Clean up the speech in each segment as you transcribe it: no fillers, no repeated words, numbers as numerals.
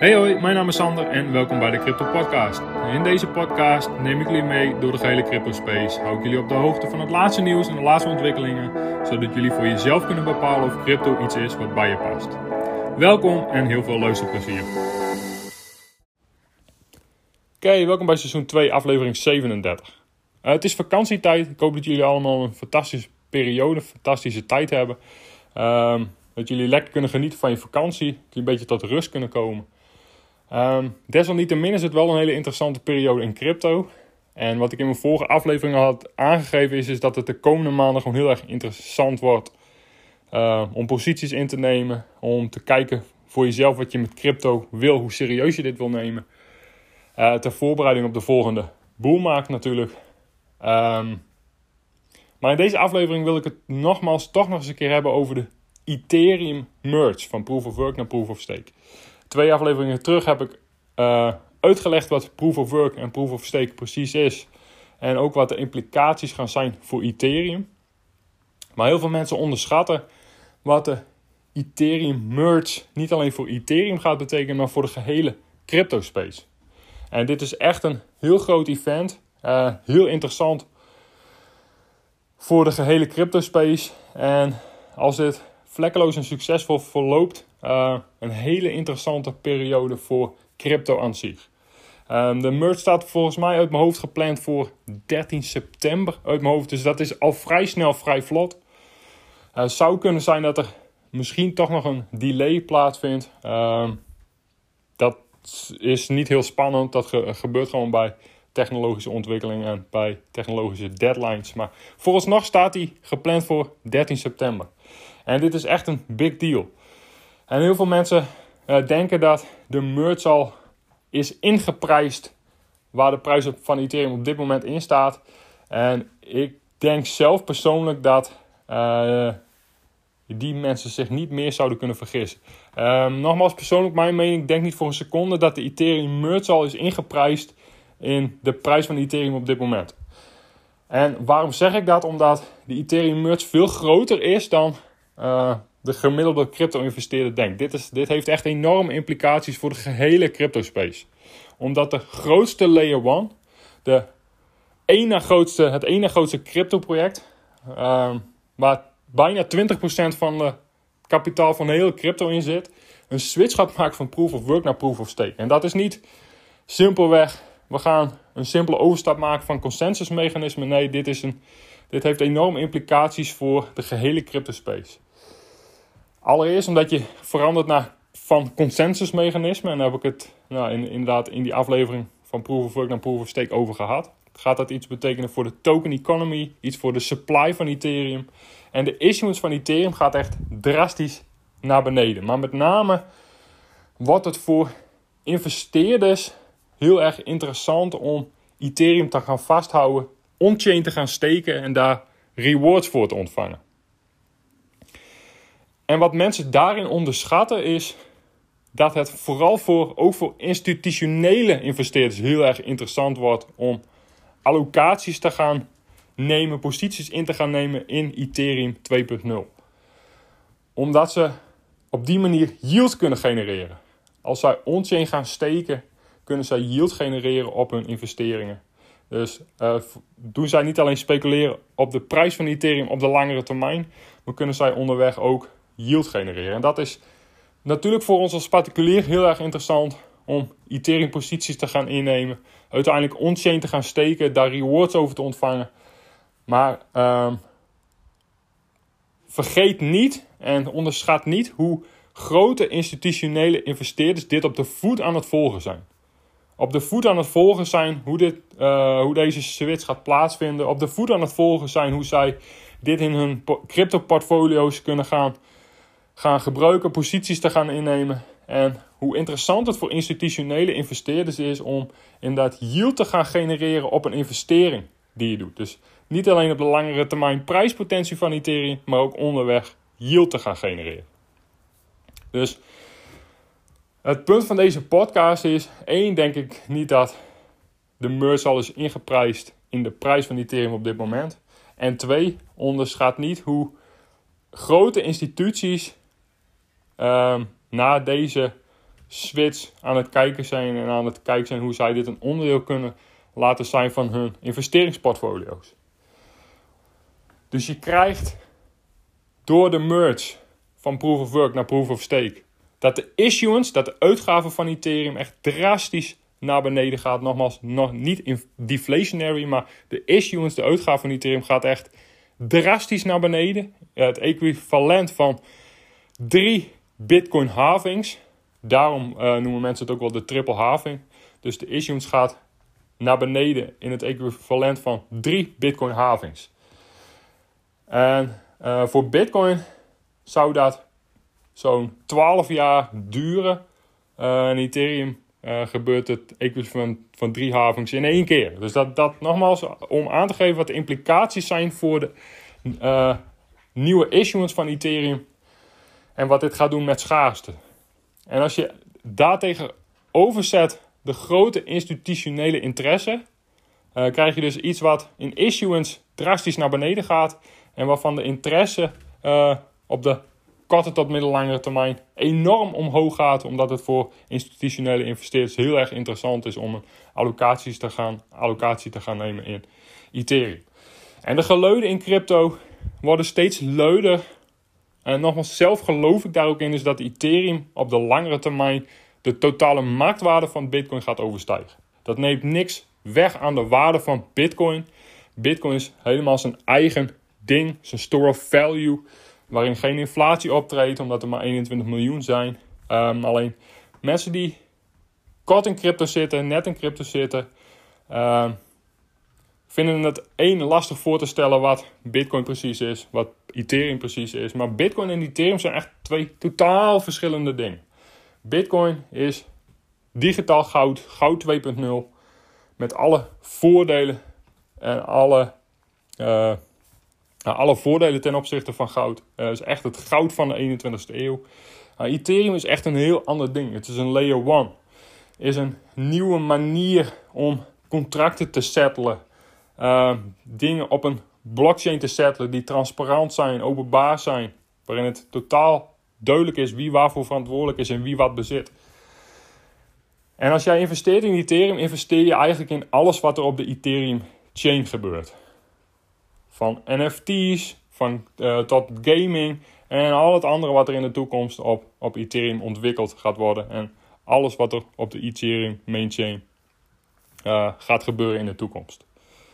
Hey hoi, mijn naam is Sander en welkom bij de Crypto Podcast. In deze podcast neem ik jullie mee door de gehele crypto space. Hou ik jullie op de hoogte van het laatste nieuws en de laatste ontwikkelingen, zodat jullie voor jezelf kunnen bepalen of crypto iets is wat bij je past. Welkom en heel veel luisterplezier. Oké, welkom bij seizoen 2, aflevering 37. Het is vakantietijd. Ik hoop dat jullie allemaal een fantastische periode, een fantastische tijd hebben. Dat jullie lekker kunnen genieten van je vakantie. Dat jullie een beetje tot rust kunnen komen. Desalniettemin is het wel een hele interessante periode in crypto. En wat ik in mijn vorige aflevering al had aangegeven is dat het de komende maanden gewoon heel erg interessant wordt. Om posities in te nemen. Om te kijken voor jezelf wat je met crypto wil. Hoe serieus je dit wil nemen. Ter voorbereiding op de volgende boelmarkt natuurlijk. Maar in deze aflevering wil ik het nogmaals toch nog eens een keer hebben over de Ethereum merge. Van Proof of Work naar Proof of Stake. 2 afleveringen terug heb ik uitgelegd wat Proof of Work en Proof of Stake precies is. En ook wat de implicaties gaan zijn voor Ethereum. Maar heel veel mensen onderschatten wat de Ethereum merge niet alleen voor Ethereum gaat betekenen, maar voor de gehele crypto space. En dit is echt een heel groot event. Heel interessant voor de gehele crypto space. En als dit vlekkeloos en succesvol verloopt, een hele interessante periode voor crypto aan zich. De merge staat volgens mij uit mijn hoofd gepland voor 13 september uit mijn hoofd. Dus dat is al vrij snel, vrij vlot. Het zou kunnen zijn dat er misschien toch nog een delay plaatsvindt. Dat is niet heel spannend. Dat gebeurt gewoon bij technologische ontwikkelingen en bij technologische deadlines. Maar vooralsnog staat die gepland voor 13 september. En dit is echt een big deal. En heel veel mensen denken dat de merge al is ingeprijsd waar de prijs van Ethereum op dit moment in staat. En ik denk zelf persoonlijk dat die mensen zich niet meer zouden kunnen vergissen. Nogmaals, persoonlijk mijn mening, ik denk niet voor een seconde dat de Ethereum merge al is ingeprijsd in de prijs van Ethereum op dit moment. En waarom zeg ik dat? Omdat de Ethereum merge veel groter is dan de gemiddelde crypto-investeerder denkt. Dit heeft echt enorme implicaties voor de gehele crypto space. Omdat de grootste layer 1, het ene grootste crypto project, waar bijna 20% van de kapitaal van de hele crypto in zit, een switch gaat maken van Proof of Work naar Proof of Stake. En dat is niet simpelweg, we gaan een simpele overstap maken van consensusmechanismen. Nee, dit heeft enorme implicaties voor de gehele crypto space. Allereerst omdat je verandert van consensusmechanismen. En daar heb ik het inderdaad in die aflevering van Proof of Work naar Proof of Stake over gehad. Gaat dat iets betekenen voor de token economy? Iets voor de supply van Ethereum? En de issuance van Ethereum gaat echt drastisch naar beneden. Maar met name wordt het voor investeerders heel erg interessant om Ethereum te gaan vasthouden, on-chain te gaan steken en daar rewards voor te ontvangen. En wat mensen daarin onderschatten is dat het vooral ook voor institutionele investeerders heel erg interessant wordt om allocaties te gaan nemen, posities in te gaan nemen in Ethereum 2.0. Omdat ze op die manier yield kunnen genereren. Als zij on-chain gaan steken, kunnen zij yield genereren op hun investeringen. Dus doen zij niet alleen speculeren op de prijs van Ethereum op de langere termijn, maar kunnen zij onderweg ook yield genereren. En dat is natuurlijk voor ons als particulier heel erg interessant om Ethereum posities te gaan innemen. Uiteindelijk on-chain te gaan steken, daar rewards over te ontvangen. Maar vergeet niet en onderschat niet hoe grote institutionele investeerders dit op de voet aan het volgen zijn. Op de voet aan het volgen zijn hoe deze switch gaat plaatsvinden. Op de voet aan het volgen zijn hoe zij dit in hun crypto portfolio's kunnen gaan gebruiken, posities te gaan innemen. En hoe interessant het voor institutionele investeerders is om inderdaad yield te gaan genereren op een investering die je doet. Dus niet alleen op de langere termijn prijspotentie van Ethereum, maar ook onderweg yield te gaan genereren. Dus het punt van deze podcast is, 1, denk ik niet dat de merge al is ingeprijsd in de prijs van Ethereum op dit moment. En 2, onderschat niet hoe grote instituties na deze switch aan het kijken zijn en aan het kijken zijn hoe zij dit een onderdeel kunnen laten zijn van hun investeringsportfolio's. Dus je krijgt door de merge van Proof of Work naar Proof of Stake dat de issuance, dat de uitgave van Ethereum echt drastisch naar beneden gaat. Nogmaals, nog niet in deflationary, maar de issuance, de uitgave van Ethereum gaat echt drastisch naar beneden. Het equivalent van 3 Bitcoin halvings. Daarom noemen mensen het ook wel de triple halving. Dus de issuance gaat naar beneden in het equivalent van 3 Bitcoin halvings. En voor Bitcoin zou dat zo'n 12 jaar duren. En Ethereum gebeurt het equivalent van 3 halvings in 1 keer. Dus dat nogmaals, om aan te geven wat de implicaties zijn voor de nieuwe issuance van Ethereum. En wat dit gaat doen met schaarste. En als je daartegenover zet de grote institutionele interesse, krijg je dus iets wat in issuance drastisch naar beneden gaat. En waarvan de interesse op de korte tot middellangere termijn enorm omhoog gaat. Omdat het voor institutionele investeerders heel erg interessant is om een allocatie te gaan nemen in Ethereum. En de geluiden in crypto worden steeds luider. En nogmaals, zelf geloof ik daar ook in, is dat Ethereum op de langere termijn de totale marktwaarde van Bitcoin gaat overstijgen. Dat neemt niks weg aan de waarde van Bitcoin. Bitcoin is helemaal zijn eigen ding, zijn store of value, waarin geen inflatie optreedt, omdat er maar 21 miljoen zijn. Alleen mensen die kort in crypto zitten, net in crypto zitten, vinden het lastig voor te stellen wat Bitcoin precies is, wat Ethereum precies is. Maar Bitcoin en Ethereum zijn echt 2 totaal verschillende dingen. Bitcoin is digitaal goud, goud 2.0, met alle voordelen en alle voordelen ten opzichte van goud. Het is echt het goud van de 21ste eeuw. Ethereum is echt een heel ander ding. Het is een layer 1. Het is een nieuwe manier om contracten te settelen. Dingen op een blockchain te settelen die transparant zijn, openbaar zijn. Waarin het totaal duidelijk is wie waarvoor verantwoordelijk is en wie wat bezit. En als jij investeert in Ethereum, investeer je eigenlijk in alles wat er op de Ethereum chain gebeurt. Van NFT's, tot gaming en al het andere wat er in de toekomst op Ethereum ontwikkeld gaat worden. En alles wat er op de Ethereum main chain gaat gebeuren in de toekomst.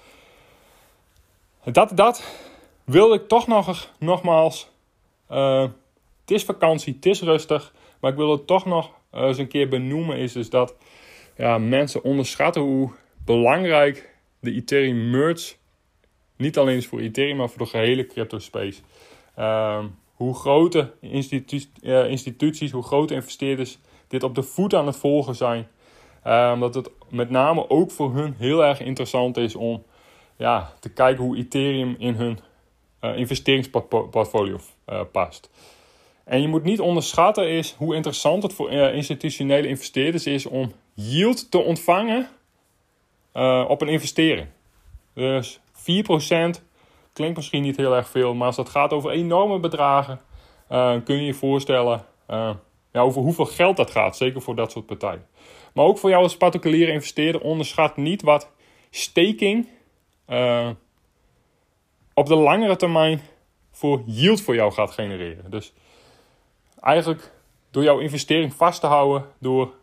Dat wil ik toch nogmaals. Het is vakantie, het is rustig. Maar ik wil het toch nog eens een keer benoemen. Is dus dat mensen onderschatten hoe belangrijk de Ethereum merge niet alleen is voor Ethereum, maar voor de gehele crypto space. Hoe grote instituties, hoe grote investeerders dit op de voet aan het volgen zijn. Omdat het met name ook voor hun heel erg interessant is om te kijken hoe Ethereum in hun investeringsportfolio past. En je moet niet onderschatten is hoe interessant het voor institutionele investeerders is om yield te ontvangen op een investering. Dus 4% klinkt misschien niet heel erg veel, maar als het gaat over enorme bedragen, kun je je voorstellen over hoeveel geld dat gaat, zeker voor dat soort partijen. Maar ook voor jou als particuliere investeerder, onderschat niet wat staking op de langere termijn voor yield voor jou gaat genereren. Dus eigenlijk door jouw investering vast te houden, door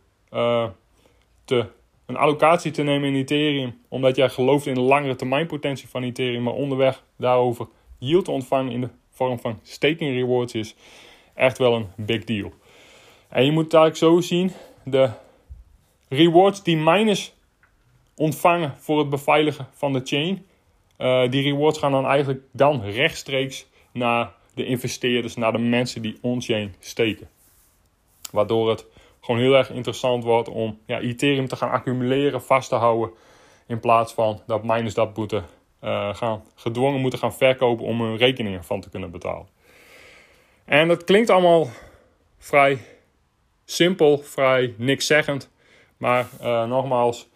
een allocatie te nemen in Ethereum, omdat jij gelooft in de langere termijn potentie van Ethereum, maar onderweg daarover yield te ontvangen in de vorm van staking rewards is echt wel een big deal. En je moet het eigenlijk zo zien, de rewards die miners ontvangen voor het beveiligen van de chain, die rewards gaan dan eigenlijk rechtstreeks naar de investeerders, naar de mensen die on-chain steken. Waardoor het gewoon heel erg interessant wordt om Ethereum te gaan accumuleren, vast te houden, in plaats van dat miners dat gedwongen moeten gaan verkopen om hun rekeningen van te kunnen betalen. En dat klinkt allemaal vrij simpel, vrij nikszeggend, maar nogmaals,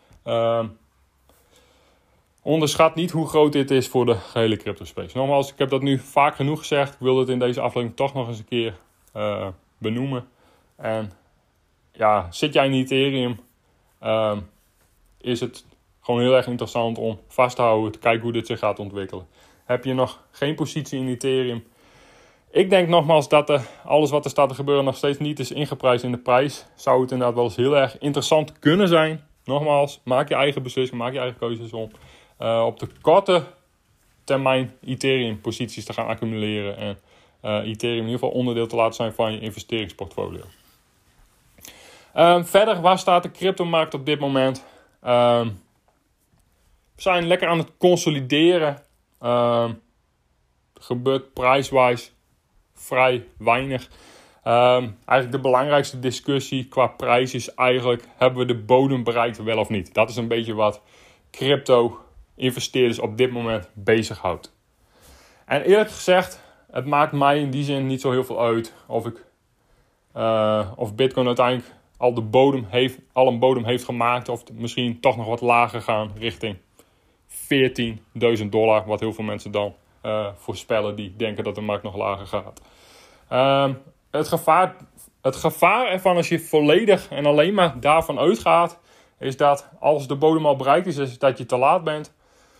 onderschat niet hoe groot dit is voor de gehele crypto space. Nogmaals, ik heb dat nu vaak genoeg gezegd. Ik wil het in deze aflevering toch nog eens een keer benoemen. En zit jij in Ethereum, is het gewoon heel erg interessant om vast te houden, te kijken hoe dit zich gaat ontwikkelen. Heb je nog geen positie in Ethereum? Ik denk nogmaals dat alles wat er staat te gebeuren nog steeds niet is ingeprijsd in de prijs. Zou het inderdaad wel eens heel erg interessant kunnen zijn. Nogmaals, maak je eigen beslissingen, maak je eigen keuzes om op de korte termijn Ethereum posities te gaan accumuleren. En Ethereum in ieder geval onderdeel te laten zijn van je investeringsportfolio. Verder, waar staat de cryptomarkt op dit moment? We zijn lekker aan het consolideren. Gebeurt prijswise vrij weinig. Eigenlijk de belangrijkste discussie qua prijs is eigenlijk: hebben we de bodem bereikt, wel of niet? Dat is een beetje wat crypto-investeerders op dit moment bezighoudt. En eerlijk gezegd, het maakt mij in die zin niet zo heel veel uit of Bitcoin uiteindelijk al een bodem heeft gemaakt, of misschien toch nog wat lager gaan richting $14.000, wat heel veel mensen dan voorspellen die denken dat de markt nog lager gaat. Het gevaar ervan, als je volledig en alleen maar daarvan uitgaat, is dat als de bodem al bereikt is dat je te laat bent.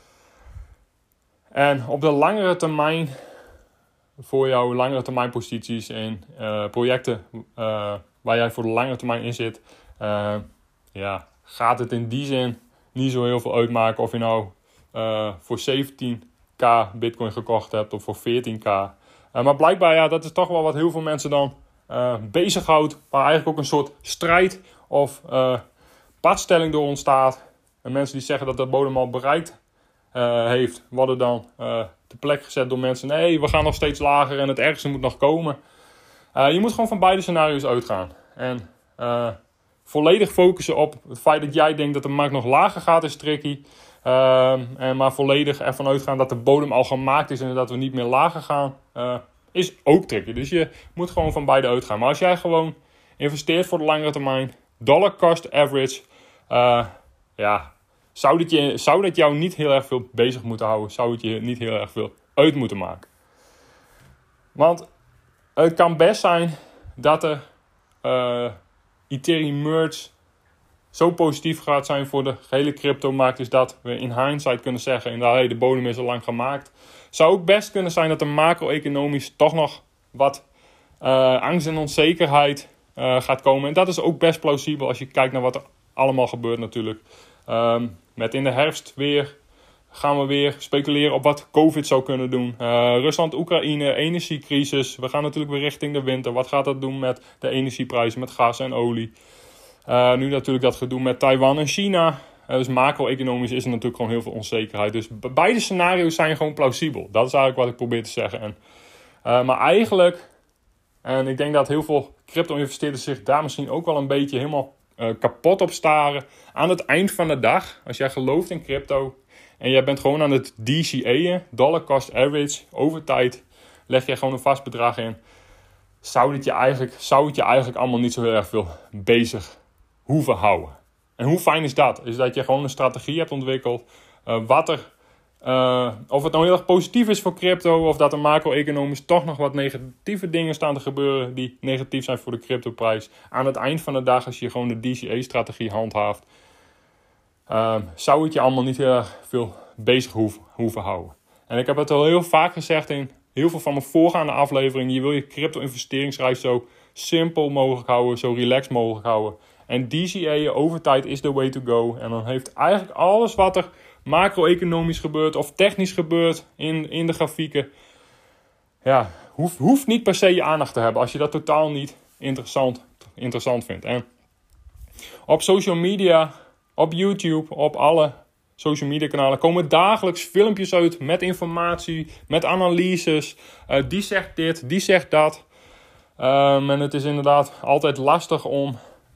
En op de langere termijn, voor jouw langere termijn posities en projecten waar jij voor de langere termijn in zit, gaat het in die zin niet zo heel veel uitmaken of je nou voor 17k Bitcoin gekocht hebt of voor 14k. Maar blijkbaar, dat is toch wel wat heel veel mensen dan bezighoudt. Waar eigenlijk ook een soort strijd of padstelling door ontstaat. En mensen die zeggen dat de bodem al bereikt heeft, worden dan te plek gezet door mensen. Nee, we gaan nog steeds lager en het ergste moet nog komen. Je moet gewoon van beide scenario's uitgaan. En volledig focussen op het feit dat jij denkt dat de markt nog lager gaat is tricky. Maar volledig ervan uitgaan dat de bodem al gemaakt is en dat we niet meer lager gaan, is ook tricky. Dus je moet gewoon van beide uitgaan. Maar als jij gewoon investeert voor de langere termijn, dollar cost average, zou dat jou niet heel erg veel bezig moeten houden. Zou het je niet heel erg veel uit moeten maken. Want het kan best zijn dat er Ethereum merge zo positief gaat zijn voor de gehele cryptomarkt, is dat we in hindsight kunnen zeggen, de bodem is al lang gemaakt. Zou ook best kunnen zijn dat er macro-economisch toch nog wat angst en onzekerheid gaat komen. En dat is ook best plausibel als je kijkt naar wat er allemaal gebeurt natuurlijk. Met in de herfst gaan we weer speculeren op wat COVID zou kunnen doen. Rusland, Oekraïne, energiecrisis. We gaan natuurlijk weer richting de winter. Wat gaat dat doen met de energieprijzen, met gas en olie? Nu natuurlijk dat gedoe met Taiwan en China. Dus macro-economisch is er natuurlijk gewoon heel veel onzekerheid. Dus beide scenario's zijn gewoon plausibel. Dat is eigenlijk wat ik probeer te zeggen. Maar eigenlijk, en ik denk dat heel veel crypto-investeerders zich daar misschien ook wel een beetje helemaal kapot op staren. Aan het eind van de dag, als jij gelooft in crypto en jij bent gewoon aan het DCA'en, dollar cost average, over tijd, leg je gewoon een vast bedrag in. Zou het je eigenlijk allemaal niet zo heel erg veel bezig hoeven houden. En hoe fijn is dat? Is dat je gewoon een strategie hebt ontwikkeld. Of het nou heel erg positief is voor crypto, of dat er macro-economisch toch nog wat negatieve dingen staan te gebeuren die negatief zijn voor de cryptoprijs. Aan het eind van de dag, als je gewoon de DCA-strategie handhaaft, zou het je allemaal niet heel erg veel bezig hoeven houden. En ik heb het al heel vaak gezegd in heel veel van mijn voorgaande afleveringen. Je wil je crypto-investeringsreis zo simpel mogelijk houden, zo relaxed mogelijk houden. En DCA over tijd is the way to go. En dan heeft eigenlijk alles wat er macro-economisch gebeurt of technisch gebeurt in de grafieken, hoeft niet per se je aandacht te hebben als je dat totaal niet interessant vindt. En op social media, op YouTube, op alle social media kanalen komen dagelijks filmpjes uit met informatie, met analyses. Die zegt dit, die zegt dat. En het is inderdaad altijd lastig om,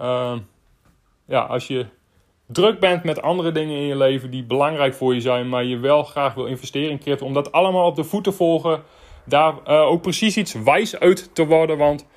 als je druk bent met andere dingen in je leven die belangrijk voor je zijn, maar je wel graag wil investeren in crypto, om dat allemaal op de voet te volgen, daar ook precies iets wijs uit te worden. Want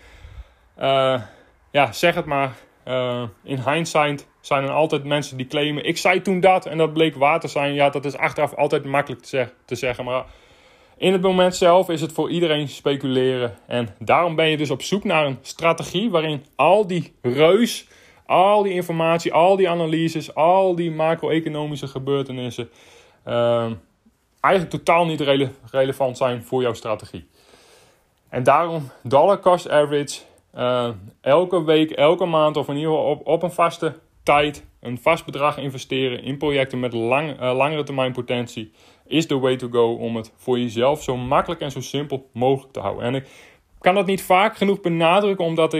zeg het maar, in hindsight zijn er altijd mensen die claimen, ik zei toen dat en dat bleek waar te zijn. Ja, dat is achteraf altijd makkelijk te zeggen, maar In het moment zelf is het voor iedereen speculeren. En daarom ben je dus op zoek naar een strategie waarin al die reus, al die informatie, al die analyses, al die macro-economische gebeurtenissen eigenlijk totaal niet relevant zijn voor jouw strategie. En daarom dollar cost average, elke week, elke maand of in ieder geval op een vaste tijd, een vast bedrag investeren in projecten met langere termijn potentie is the way to go om het voor jezelf zo makkelijk en zo simpel mogelijk te houden. En ik kan dat niet vaak genoeg benadrukken omdat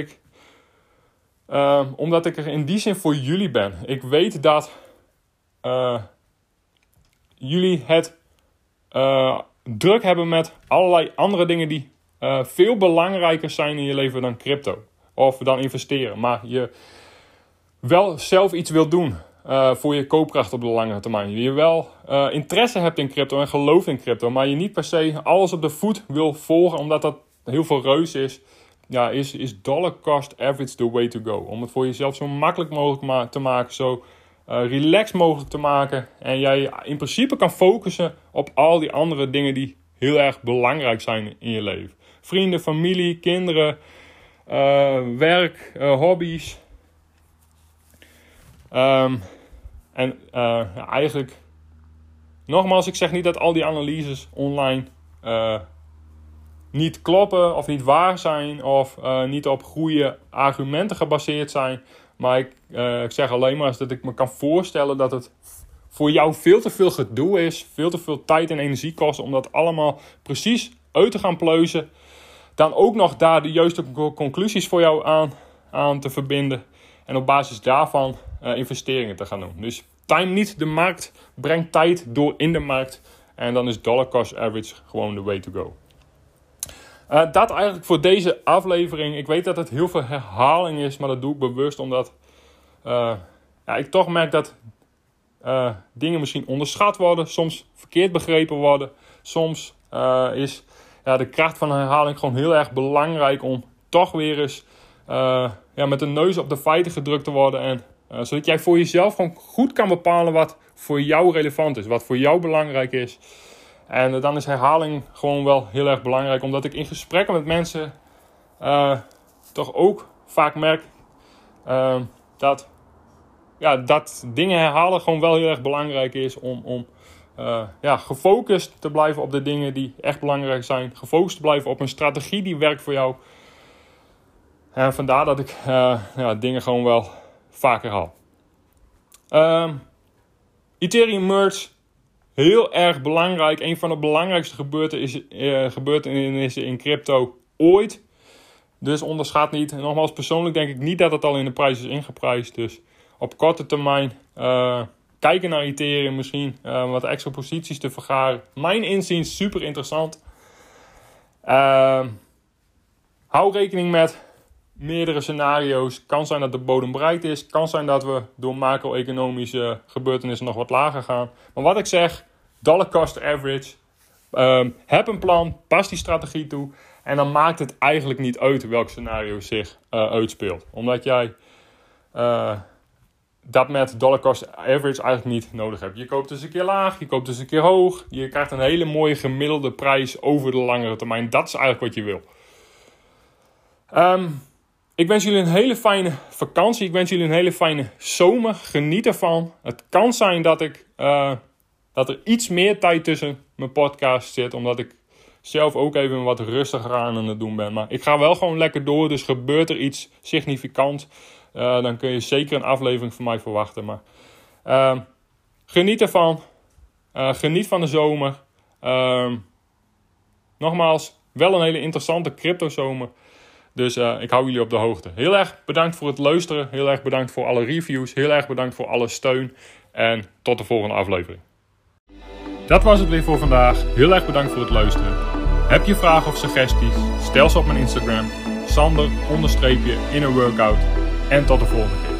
ik er in die zin voor jullie ben. Ik weet dat jullie het druk hebben met allerlei andere dingen die veel belangrijker zijn in je leven dan crypto of dan investeren. Maar je wel zelf iets wilt doen voor je koopkracht op de lange termijn. Je wel interesse hebt in crypto en gelooft in crypto, maar je niet per se alles op de voet wil volgen omdat dat heel veel reus is. Ja, is dollar cost average the way to go. Om het voor jezelf zo makkelijk mogelijk te maken, zo relaxed mogelijk te maken. En jij in principe kan focussen op al die andere dingen die heel erg belangrijk zijn in je leven. Vrienden, familie, kinderen, werk, hobby's. Eigenlijk, nogmaals, ik zeg niet dat al die analyses online niet kloppen of niet waar zijn of niet op goede argumenten gebaseerd zijn. Maar ik zeg alleen maar eens dat ik me kan voorstellen dat het voor jou veel te veel gedoe is, veel te veel tijd en energie kost om dat allemaal precies uit te gaan pleuzen. Dan ook nog daar de juiste conclusies voor jou aan te verbinden. En op basis daarvan investeringen te gaan doen. Dus time niet de markt, breng tijd door in de markt. En dan is dollar cost average gewoon the way to go. Dat eigenlijk voor deze aflevering. Ik weet dat het heel veel herhaling is, maar dat doe ik bewust omdat ik toch merk dat dingen misschien onderschat worden, soms verkeerd begrepen worden. Soms is de kracht van herhaling gewoon heel erg belangrijk om toch weer eens met de neus op de feiten gedrukt te worden. En zodat jij voor jezelf gewoon goed kan bepalen wat voor jou relevant is, wat voor jou belangrijk is. En dan is herhaling gewoon wel heel erg belangrijk, omdat ik in gesprekken met mensen toch ook vaak merk dat dingen herhalen gewoon wel heel erg belangrijk is om gefocust te blijven op de dingen die echt belangrijk zijn. Gefocust te blijven op een strategie die werkt voor jou. En vandaar dat ik dingen gewoon wel vaker haal. Ethereum merge, heel erg belangrijk. Een van de belangrijkste gebeurtenissen in crypto ooit. Dus onderschat niet. En nogmaals, persoonlijk denk ik niet dat het al in de prijs is ingeprijsd. Dus op korte termijn kijken naar Ethereum, misschien wat extra posities te vergaren. Mijn inziens super interessant. Hou rekening met meerdere scenario's. Kan zijn dat de bodem bereikt is. Kan zijn dat we door macro-economische gebeurtenissen nog wat lager gaan. Maar wat ik zeg, dollar cost average. Heb een plan, pas die strategie toe. En dan maakt het eigenlijk niet uit welk scenario zich uitspeelt. Omdat jij dat met dollar cost average eigenlijk niet nodig hebt. Je koopt dus een keer laag, je koopt dus een keer hoog. Je krijgt een hele mooie gemiddelde prijs over de langere termijn. Dat is eigenlijk wat je wil. Ik wens jullie een hele fijne vakantie. Ik wens jullie een hele fijne zomer. Geniet ervan. Het kan zijn dat er iets meer tijd tussen mijn podcast zit. Omdat ik zelf ook even wat rustiger aan het doen ben. Maar ik ga wel gewoon lekker door. Dus gebeurt er iets significant, dan kun je zeker een aflevering van mij verwachten. Maar geniet ervan. Geniet van de zomer. Nogmaals, wel een hele interessante cryptozomer. Dus ik hou jullie op de hoogte. Heel erg bedankt voor het luisteren. Heel erg bedankt voor alle reviews. Heel erg bedankt voor alle steun. En tot de volgende aflevering. Dat was het weer voor vandaag. Heel erg bedankt voor het luisteren. Heb je vragen of suggesties? Stel ze op mijn Instagram. Sander_innerworkout. En tot de volgende keer.